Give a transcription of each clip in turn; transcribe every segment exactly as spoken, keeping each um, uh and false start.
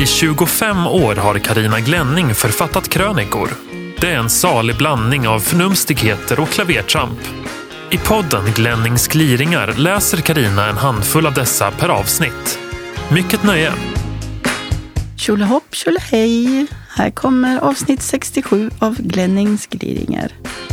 I tjugofem år har Carina Glenning författat krönikor. Det är en salig blandning av förnumstigheter och klavertramp. I podden Glennings gliringar läser Carina en handfull av dessa per avsnitt. Mycket nöje! Tjolahopp, tjolahej! Här kommer avsnitt sextiosju av Glennings gliringar.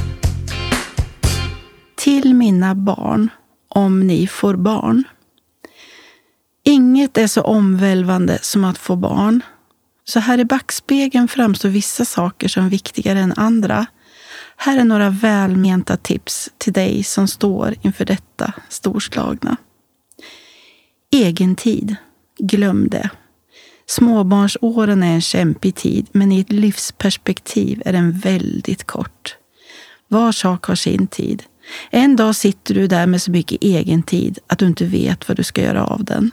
Till mina barn, om ni får barn. Inget är så omvälvande som att få barn. Så här i backspegeln framstår vissa saker som viktigare än andra. Här är några välmenta tips till dig som står inför detta storslagna. Egen tid. Glöm det. Småbarnsåren är en kämpig tid, men i ett livsperspektiv är den väldigt kort. Var sak har sin tid. En dag sitter du där med så mycket egen tid att du inte vet vad du ska göra av den.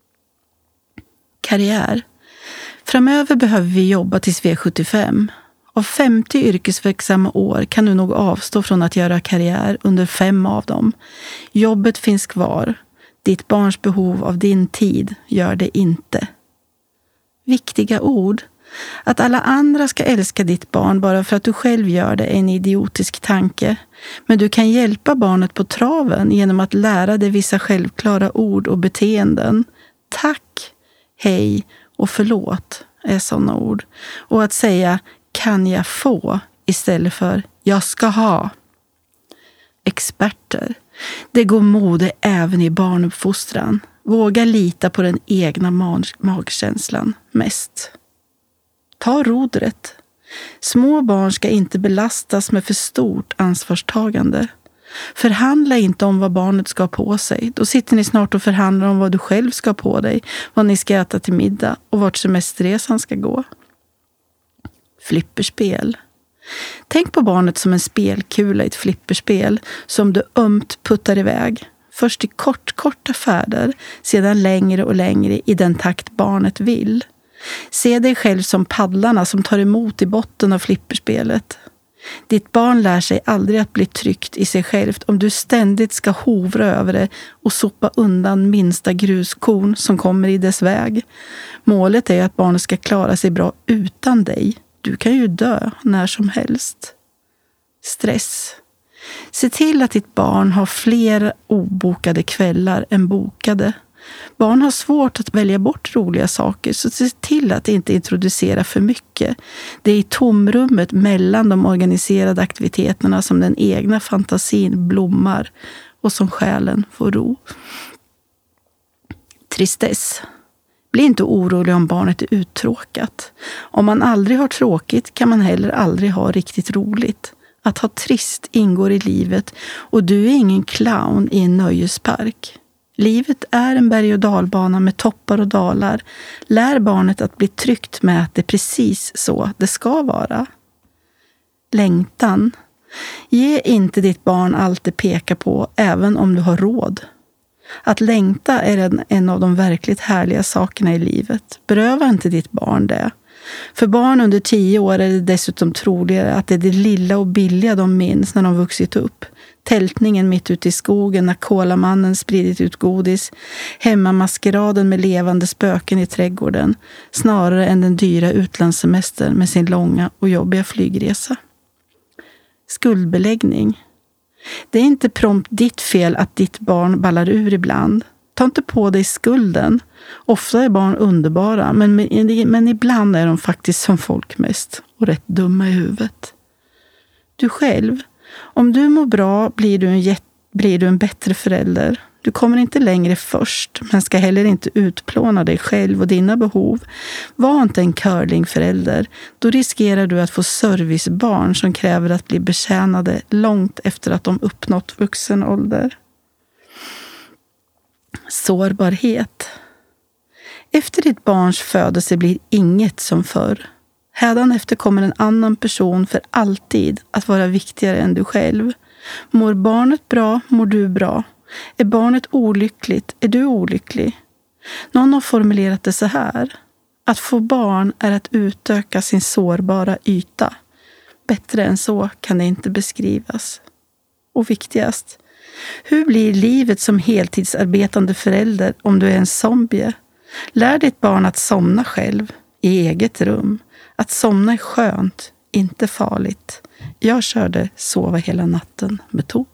Karriär. Framöver behöver vi jobba tills vi är sjuttiofem. Av femtio yrkesverksamma år kan du nog avstå från att göra karriär under fem av dem. Jobbet finns kvar. Ditt barns behov av din tid gör det inte. Viktiga ord. Att alla andra ska älska ditt barn bara för att du själv gör det är en idiotisk tanke. Men du kan hjälpa barnet på traven genom att lära dig vissa självklara ord och beteenden. Tack, hej och förlåt är sådana ord. Och att säga kan jag få istället för jag ska ha. Experter. Det går mode även i barnuppfostran. Våga lita på den egna mag- magkänslan mest. Ta rodret. Små barn ska inte belastas med för stort ansvarstagande. Förhandla inte om vad barnet ska ha på sig. Då sitter ni snart och förhandlar om vad du själv ska ha på dig, vad ni ska äta till middag och vart semesterresan ska gå. Flipperspel. Tänk på barnet som en spelkula i ett flipperspel som du ömt puttar iväg. Först i kort, korta färder, sedan längre och längre i den takt barnet vill. Se dig själv som paddlarna som tar emot i botten av flipperspelet. Ditt barn lär sig aldrig att bli tryggt i sig självt om du ständigt ska hovra över det och sopa undan minsta gruskorn som kommer i dess väg. Målet är att barnet ska klara sig bra utan dig. Du kan ju dö när som helst. Stress. Se till att ditt barn har fler obokade kvällar än bokade. Barn har svårt att välja bort roliga saker, så se till att inte introducera för mycket. Det är i tomrummet mellan de organiserade aktiviteterna som den egna fantasin blommar och som själen får ro. Tristess. Bli inte orolig om barnet är uttråkat. Om man aldrig har tråkigt kan man heller aldrig ha riktigt roligt. Att ha trist ingår i livet och du är ingen clown i en nöjespark. Livet är en berg- och dalbana med toppar och dalar. Lär barnet att bli tryggt med att det är precis så det ska vara. Längtan. Ge inte ditt barn allt det pekar på, även om du har råd. Att längta är en, en av de verkligt härliga sakerna i livet. Beröva inte ditt barn det. För barn under tio år är det dessutom troligare att det är det lilla och billiga de minns när de vuxit upp. Tältningen mitt ute i skogen när kolamannen spridit ut godis. Hemmamaskeraden med levande spöken i trädgården. Snarare än den dyra utlandssemestern med sin långa och jobbiga flygresa. Skuldbeläggning. Det är inte prompt ditt fel att ditt barn ballar ur ibland. Ta inte på dig skulden. Ofta är barn underbara, men, men ibland är de faktiskt som folk mest och rätt dumma i huvudet. Du själv, om du mår bra blir du en, blir du en bättre förälder. Du kommer inte längre först, men ska heller inte utplåna dig själv och dina behov. Var inte en curlingförälder. Då riskerar du att få servicebarn som kräver att bli betjänade långt efter att de uppnått vuxen ålder. Sårbarhet. Efter ditt barns födelse blir inget som förr. Hädanefter kommer en annan person för alltid att vara viktigare än du själv. Mår barnet bra, mår du bra. Är barnet olyckligt, är du olycklig. Någon har formulerat det så här. Att få barn är att utöka sin sårbara yta. Bättre än så kan det inte beskrivas. Och viktigast, hur blir livet som heltidsarbetande förälder om du är en zombie? Lär ditt barn att somna själv. i eget rum. Att somna är skönt, inte farligt. Jag körde sova hela natten-metoden.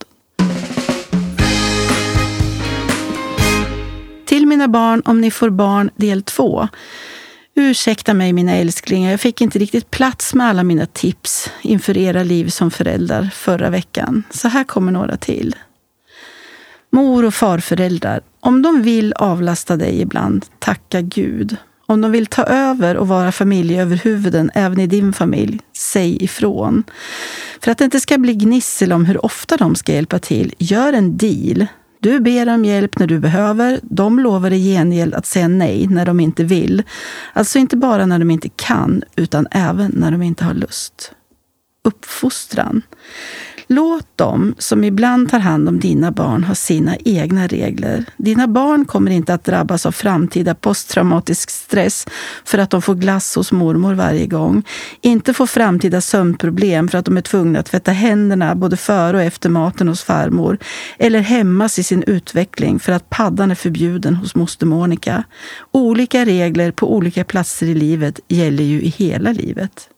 Till mina barn, om ni får barn, del två. Ursäkta mig mina älsklingar, jag fick inte riktigt plats med alla mina tips inför era liv som föräldrar förra veckan. Så här kommer några till. Mor- och farföräldrar, om de vill avlasta dig ibland, tacka Gud. Om de vill ta över och vara familjeöverhuvuden även i din familj, säg ifrån. För att det inte ska bli gnissel om hur ofta de ska hjälpa till, gör en deal. Du ber om hjälp när du behöver, de lovar i gengäld att säga nej när de inte vill. Alltså inte bara när de inte kan, utan även när de inte har lust. Uppfostran. Låt dem som ibland tar hand om dina barn ha sina egna regler. Dina barn kommer inte att drabbas av framtida posttraumatisk stress för att de får glass hos mormor varje gång. Inte få framtida sömnproblem för att de är tvungna att tvätta händerna både före och efter maten hos farmor. Eller hämmas i sin utveckling för att paddan är förbjuden hos moster Monica. Olika regler på olika platser i livet gäller ju i hela livet.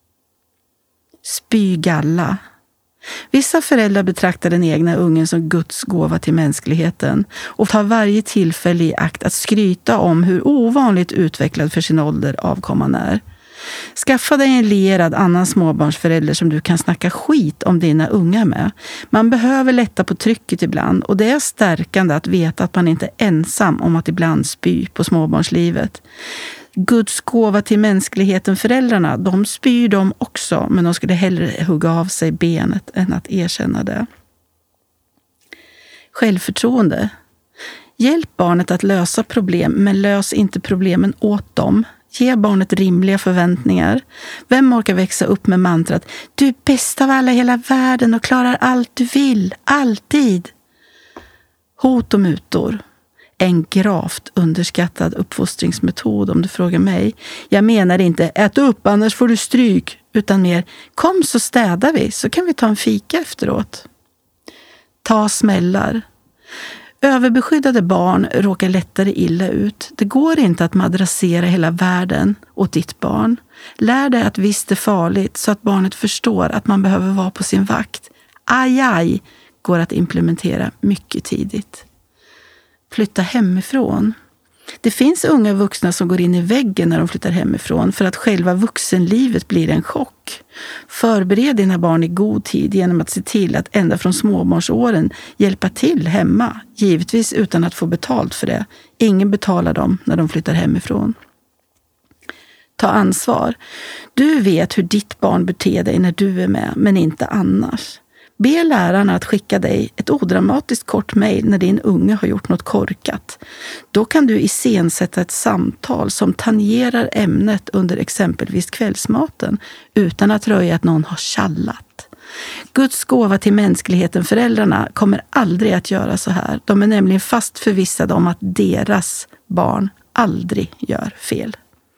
Spygalla. Vissa föräldrar betraktar den egna ungen som Guds gåva till mänskligheten och tar varje tillfälle i akt att skryta om hur ovanligt utvecklad för sin ålder avkomman är. Skaffa dig en lierad annan småbarnsförälder som du kan snacka skit om dina unga med. Man behöver lätta på trycket ibland och det är stärkande att veta att man inte är ensam om att ibland spy på småbarnslivet. Guds gåva till mänskligheten, föräldrarna, de spyr dem också, men de skulle hellre hugga av sig benet än att erkänna det. Självförtroende. Hjälp barnet att lösa problem, men lös inte problemen åt dem. Ge barnet rimliga förväntningar. Vem orkar växa upp med mantrat du är bäst av alla i hela världen och klarar allt du vill, alltid? Hot och mutor. En gravt underskattad uppfostringsmetod om du frågar mig. Jag menar inte ät upp annars får du stryk, utan mer kom så städar vi så kan vi ta en fika efteråt. Ta smällar. Överbeskyddade barn råkar lättare illa ut. Det går inte att madrassera hela världen åt ditt barn. Lär dig att visst är farligt så att barnet förstår att man behöver vara på sin vakt. Aj, aj går att implementera mycket tidigt. Flytta hemifrån. Det finns unga vuxna som går in i väggen när de flyttar hemifrån för att själva vuxenlivet blir en chock. Förbered dina barn i god tid genom att se till att ända från småbarnsåren hjälpa till hemma, givetvis utan att få betalt för det. Ingen betalar dem när de flyttar hemifrån. Ta ansvar. Du vet hur ditt barn beter dig när du är med, men inte annars. Be lärarna att skicka dig ett odramatiskt kort mejl när din unge har gjort något korkat. Då kan du iscensätta ett samtal som tangerar ämnet under exempelvis kvällsmaten utan att röja att någon har tjallat. Guds gåva till mänskligheten, föräldrarna, kommer aldrig att göra så här. De är nämligen fast förvissade om att deras barn aldrig gör fel.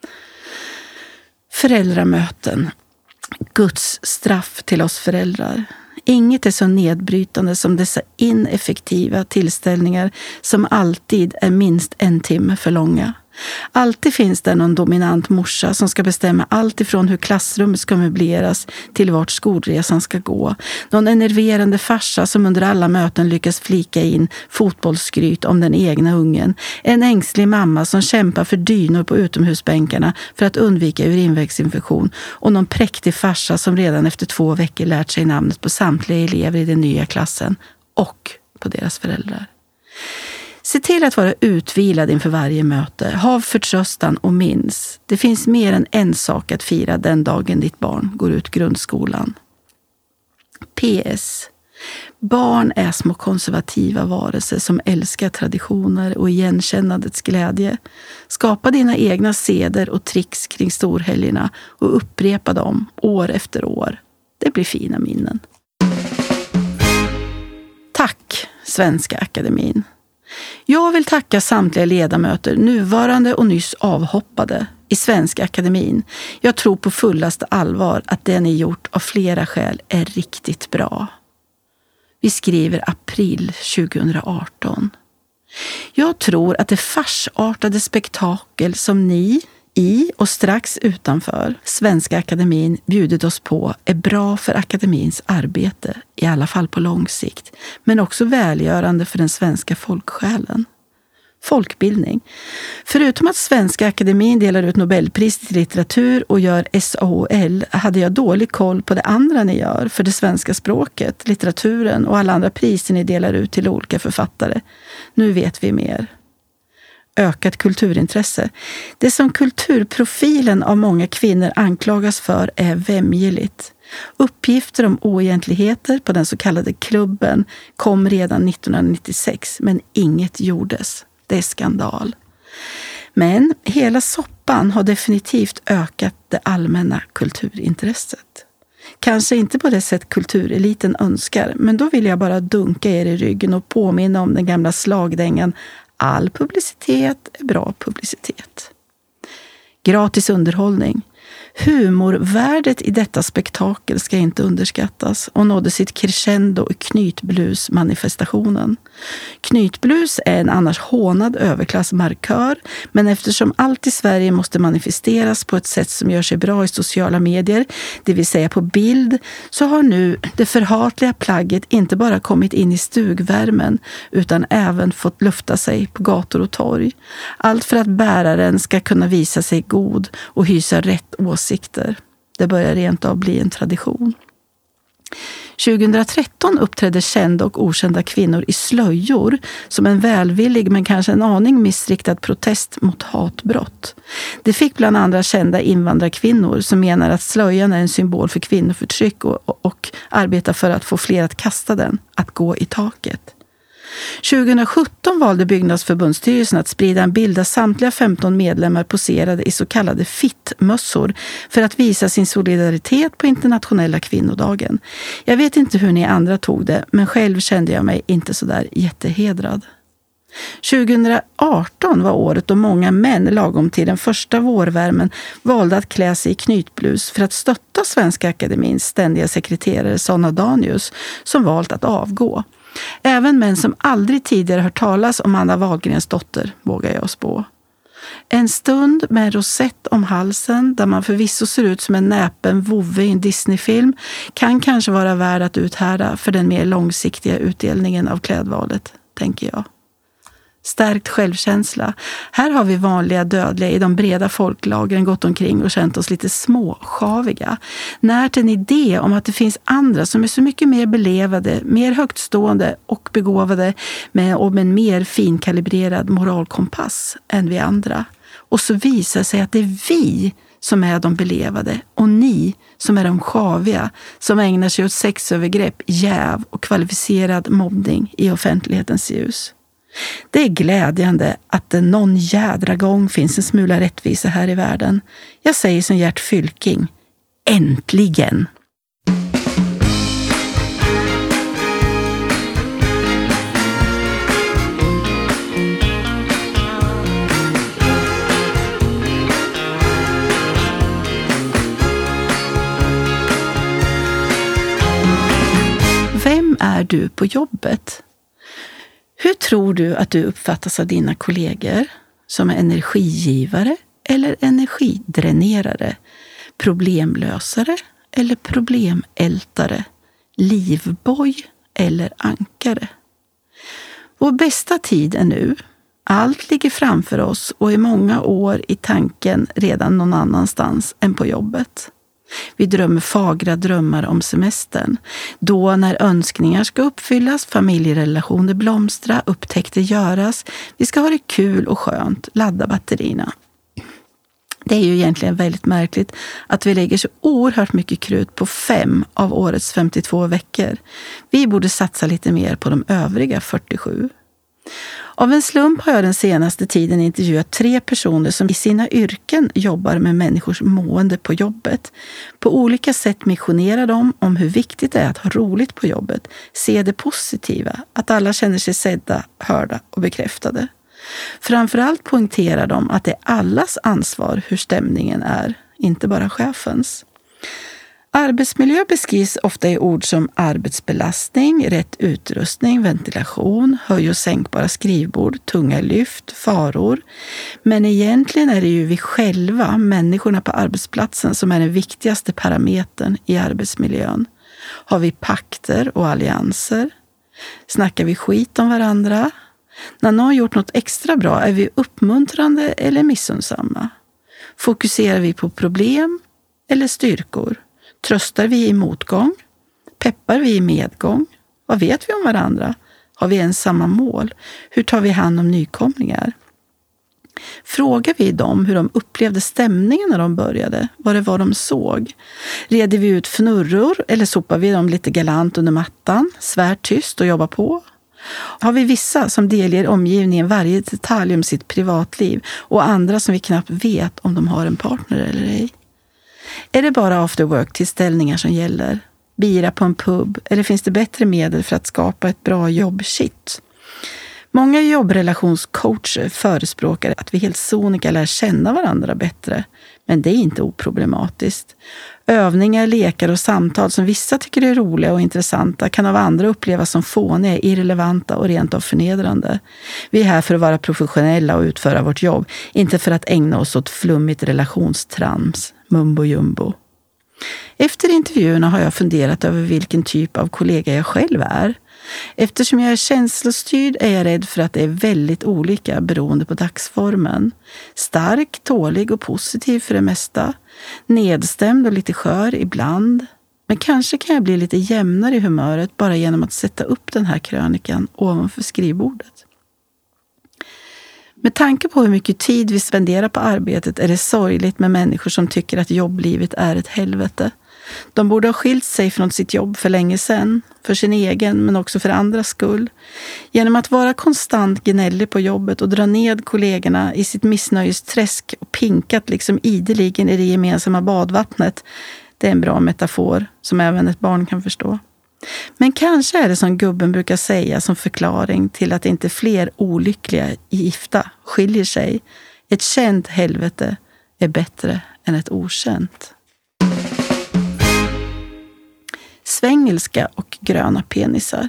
Föräldramöten. Guds straff till oss föräldrar. Inget är så nedbrytande som dessa ineffektiva tillställningar som alltid är minst en timme för långa. Alltid finns det någon dominant morsa som ska bestämma allt ifrån hur klassrummet ska möbleras till vart skolresan ska gå. Någon enerverande farsa som under alla möten lyckas flika in fotbollsskryt om den egna ungen. En ängslig mamma som kämpar för dynor på utomhusbänkarna för att undvika urinvägsinfektion. Och någon präktig farsa som redan efter två veckor lärt sig namnet på samtliga elever i den nya klassen och på deras föräldrar. Se till att vara utvilad inför varje möte. Hav förtröstan och minns. Det finns mer än en sak att fira den dagen ditt barn går ut grundskolan. P S. Barn är små konservativa varelser som älskar traditioner och igenkännandets glädje. Skapa dina egna seder och tricks kring storhelgerna och upprepa dem år efter år. Det blir fina minnen. Tack, Svenska Akademin. Jag vill tacka samtliga ledamöter, nuvarande och nyss avhoppade, i Svenska Akademin. Jag tror på fullaste allvar att det ni gjort av flera skäl är riktigt bra. Vi skriver april tjugoarton. Jag tror att det farsartade spektakel som ni i och strax utanför Svenska Akademin bjudit oss på är bra för akademins arbete, i alla fall på lång sikt, men också välgörande för den svenska folksjälen. Folkbildning. Förutom att Svenska Akademin delar ut Nobelpris till litteratur och gör S A O L hade jag dålig koll på det andra ni gör för det svenska språket, litteraturen och alla andra priser ni delar ut till olika författare. Nu vet vi mer. Ökat kulturintresse. Det som kulturprofilen av många kvinnor anklagas för är vämjeligt. Uppgifter om oegentligheter på den så kallade klubben kom redan nittonhundranittiosex, men inget gjordes. Det är skandal. Men hela soppan har definitivt ökat det allmänna kulturintresset. Kanske inte på det sätt kultureliten önskar, men då vill jag bara dunka er i ryggen och påminna om den gamla slagdängan: all publicitet är bra publicitet. Gratis underhållning. Humorvärdet i detta spektakel ska inte underskattas och nådde sitt crescendo i knytblusmanifestationen. Knytblus är en annars hånad överklassmarkör, men eftersom allt i Sverige måste manifesteras på ett sätt som gör sig bra i sociala medier, det vill säga på bild, så har nu det förhatliga plagget inte bara kommit in i stugvärmen utan även fått lufta sig på gator och torg. Allt för att bäraren ska kunna visa sig god och hysa rätt åsikter. Det börjar rent av bli en tradition. tjugohundratretton uppträdde kända och okända kvinnor i slöjor som en välvillig men kanske en aning missriktad protest mot hatbrott. Det fick bland andra kända invandrarkvinnor som menar att slöjan är en symbol för kvinnoförtryck och, och, och arbetar för att få fler att kasta den, att gå i taket. tjugohundrasjutton valde Byggnadsförbundsstyrelsen att sprida en bild där samtliga femton medlemmar poserade i så kallade fittmössor för att visa sin solidaritet på internationella kvinnodagen. Jag vet inte hur ni andra tog det, men själv kände jag mig inte så där jättehedrad. tjugohundraarton var året då många män lagom till den första vårvärmen valde att klä sig i knytblus för att stötta Svenska Akademins ständiga sekreterare Sanna Danius som valt att avgå. Även män som aldrig tidigare hört talas om Anna Wahlgrens dotter, vågar jag spå. En stund med en rosett om halsen där man förvisso ser ut som en näpen vovve i en Disneyfilm kan kanske vara värd att uthärda för den mer långsiktiga utdelningen av klädvalet, tänker jag. Stärkt självkänsla. Här har vi vanliga dödliga i de breda folklagren gått omkring och känt oss lite småsjaviga. Närt en idé om att det finns andra som är så mycket mer belevade, mer högtstående och begåvade med om en mer finkalibrerad moralkompass än vi andra. Och så visar sig att det är vi som är de belevade och ni som är de sjaviga som ägnar sig åt sexövergrepp, jäv och kvalificerad mobbning i offentlighetens ljus. Det är glädjande att det någon jädra gång finns en smula rättvisa här i världen. Jag säger som Gert Fylking: äntligen! Vem är du på jobbet? Hur tror du att du uppfattas av dina kollegor? Som energigivare eller energidränerare? Problemlösare eller problemältare? Livboj eller ankare? Vår bästa tid är nu. Allt ligger framför oss och är många år i tanken redan någon annanstans än på jobbet. Vi drömmer fagra drömmar om semestern. Då när önskningar ska uppfyllas, familjerelationer blomstra, upptäckter göras. Vi ska ha det kul och skönt, ladda batterierna. Det är ju egentligen väldigt märkligt att vi lägger så oerhört mycket krut på fem av årets femtiotvå veckor. Vi borde satsa lite mer på de övriga fyrtiosju. Av en slump har jag den senaste tiden intervjuat tre personer som i sina yrken jobbar med människors mående på jobbet. På olika sätt missionerar de om hur viktigt det är att ha roligt på jobbet, se det positiva, att alla känner sig sedda, hörda och bekräftade. Framförallt poängterar de att det är allas ansvar hur stämningen är, inte bara chefens. Arbetsmiljö beskrivs ofta i ord som arbetsbelastning, rätt utrustning, ventilation, höj- och sänkbara skrivbord, tunga lyft, faror. Men egentligen är det ju vi själva, människorna på arbetsplatsen, som är den viktigaste parametern i arbetsmiljön. Har vi pakter och allianser? Snackar vi skit om varandra? När någon gjort något extra bra, är vi uppmuntrande eller missunnsamma? Fokuserar vi på problem eller styrkor? Tröstar vi i motgång? Peppar vi i medgång? Vad vet vi om varandra? Har vi ens samma mål? Hur tar vi hand om nykomlingar? Frågar vi dem hur de upplevde stämningen när de började? Vad det var de såg? Reder vi ut fnurror eller sopar vi dem lite galant under mattan? Svär tyst och jobbar på? Har vi vissa som delger omgivningen varje detalj om sitt privatliv och andra som vi knappt vet om de har en partner eller ej? Är det bara after work-tillställningar som gäller? Bira på en pub? Eller finns det bättre medel för att skapa ett bra jobbshit? Många jobbrelationscoacher förespråkar att vi helt sonika lär känna varandra bättre. Men det är inte oproblematiskt. Övningar, lekar och samtal som vissa tycker är roliga och intressanta kan av andra upplevas som fåniga, irrelevanta och rent av förnedrande. Vi är här för att vara professionella och utföra vårt jobb, inte för att ägna oss åt flummigt relationstrams, mumbo jumbo. Efter intervjuerna har jag funderat över vilken typ av kollega jag själv är. Eftersom jag är känslostyrd är jag rädd för att det är väldigt olika beroende på dagsformen. Stark, tålig och positiv för det mesta. Nedstämd och lite skör ibland. Men kanske kan jag bli lite jämnare i humöret bara genom att sätta upp den här krönikan ovanför skrivbordet. Med tanke på hur mycket tid vi spenderar på arbetet är det sorgligt med människor som tycker att jobblivet är ett helvete. De borde ha skilt sig från sitt jobb för länge sedan, för sin egen men också för andras skull. Genom att vara konstant gnällig på jobbet och dra ned kollegorna i sitt missnöjesträsk och pinkat liksom ideligen i det gemensamma badvattnet. Det är en bra metafor som även ett barn kan förstå. Men kanske är det som gubben brukar säga som förklaring till att inte fler olyckliga gifta skiljer sig. Ett känt helvete är bättre än ett okänt. Svengelska och gröna penisar.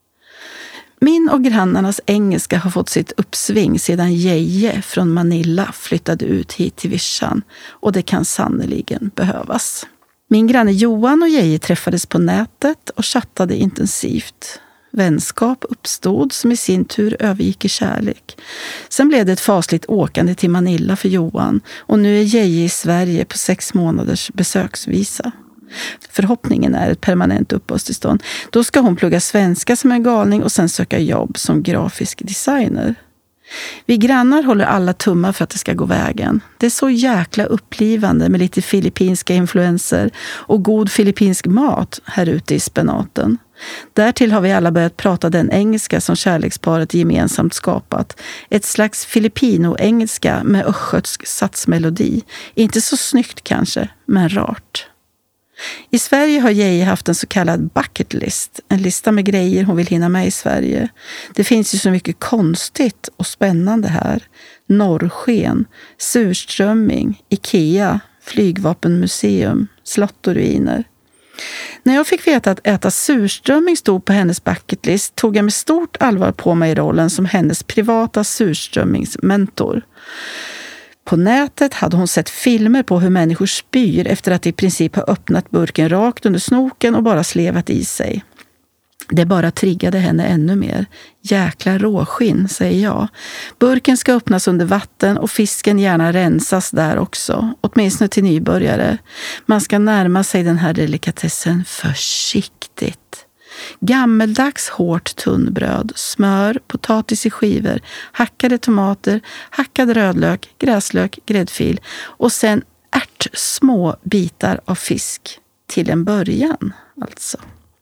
Min och grannarnas engelska har fått sitt uppsving sedan Jeje från Manila flyttade ut hit till Vischan, och det kan sannoliken behövas. Min granne Johan och Jeje träffades på nätet och chattade intensivt. Vänskap uppstod som i sin tur övergick i kärlek. Sen blev det ett fasligt åkande till Manila för Johan, och nu är Jeje i Sverige på sex månaders besöksvisa. Förhoppningen är ett permanent uppehållstillstånd. Då ska hon plugga svenska som en galning och sen söka jobb som grafisk designer. Vi grannar håller alla tummar för att det ska gå vägen. Det är så jäkla upplivande med lite filippinska influenser och god filippinsk mat här ute i spenaten. Därtill har vi alla börjat prata den engelska som kärleksparet gemensamt skapat. Ett slags filippino-engelska med östgötsk satsmelodi. Inte så snyggt kanske, men rart. I Sverige har Jeje haft en så kallad bucket list, en lista med grejer hon vill hinna med i Sverige. Det finns ju så mycket konstigt och spännande här. Norrsken, surströmming, Ikea, flygvapenmuseum, slott och ruiner. När jag fick veta att äta surströmming stod på hennes bucket list tog jag med stort allvar på mig rollen som hennes privata surströmmingsmentor. På nätet hade hon sett filmer på hur människor spyr efter att i princip ha öppnat burken rakt under snoken och bara slevat i sig. Det bara triggade henne ännu mer. Jäkla råskinn, säger jag. Burken ska öppnas under vatten och fisken gärna rensas där också. Åtminstone till nybörjare. Man ska närma sig den här delikatessen försiktigt. Gammeldags hårt tunnbröd, smör, potatis i skivor, hackade tomater, hackad rödlök, gräslök, gräddfil och sen ärt små bitar av fisk till en början alltså.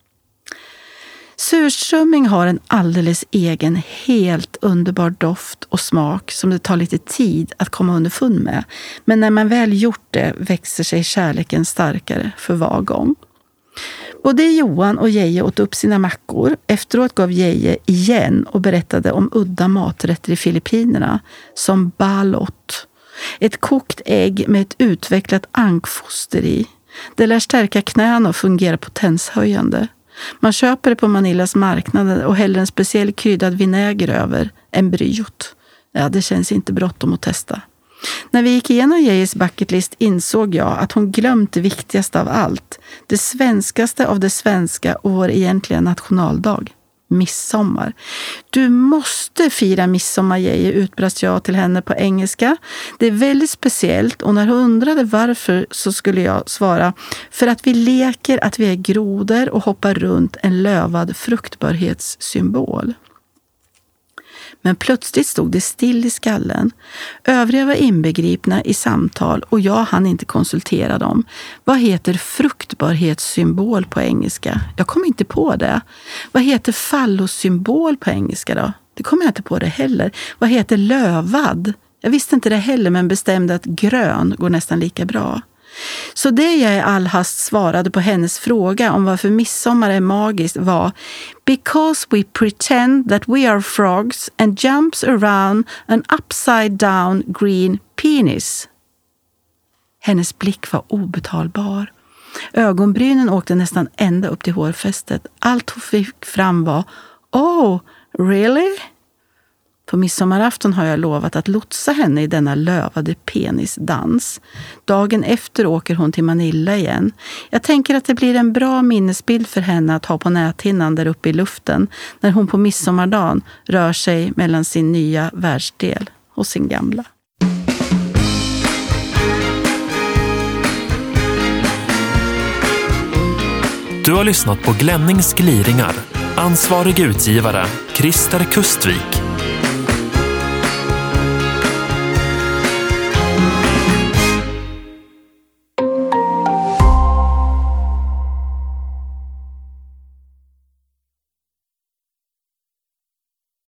Surströmming har en alldeles egen, helt underbar doft och smak som det tar lite tid att komma underfund med. Men när man väl gjort det växer sig kärleken starkare för var gång. Både Johan och Jeje åt upp sina mackor. Efteråt gav Jeje igen och berättade om udda maträtter i Filippinerna som balot. Ett kokt ägg med ett utvecklat ankfoster i. Det lär stärka knäna och fungera potenshöjande. Man köper det på Manillas marknad och häller en speciell kryddad vinäger över embryot. Ja, det känns inte bråttom att testa. När vi gick igenom Geijes bucketlist insåg jag att hon glömt det viktigaste av allt. Det svenskaste av det svenska och vår egentliga nationaldag. Midsommar. Du måste fira midsommar, Geije, utbrast jag till henne på engelska. Det är väldigt speciellt och när hon undrade varför så skulle jag svara för att vi leker att vi är grodor och hoppar runt en lövad fruktbarhetssymbol. Men plötsligt stod det still i skallen. Övriga var inbegripna i samtal och jag hann inte konsultera dem. Vad heter fruktbarhetssymbol på engelska? Jag kom inte på det. Vad heter fallossymbol på engelska då? Det kom jag inte på det heller. Vad heter lövad? Jag visste inte det heller men bestämde att grön går nästan lika bra. Så det jag i all hast svarade på hennes fråga om varför midsommar är magiskt var because we pretend that we are frogs and jumps around an upside down green penis. Hennes blick var obetalbar. Ögonbrynen åkte nästan ända upp till hårfästet. Allt hon fick fram var oh, really? På midsommarafton har jag lovat att lotsa henne i denna lövade penisdans. Dagen efter åker hon till Manila igen. Jag tänker att det blir en bra minnesbild för henne att ha på näthinnan där uppe i luften när hon på midsommardagen rör sig mellan sin nya världsdel och sin gamla. Du har lyssnat på Glennings gliringar. Ansvarig utgivare Christer Kustvik.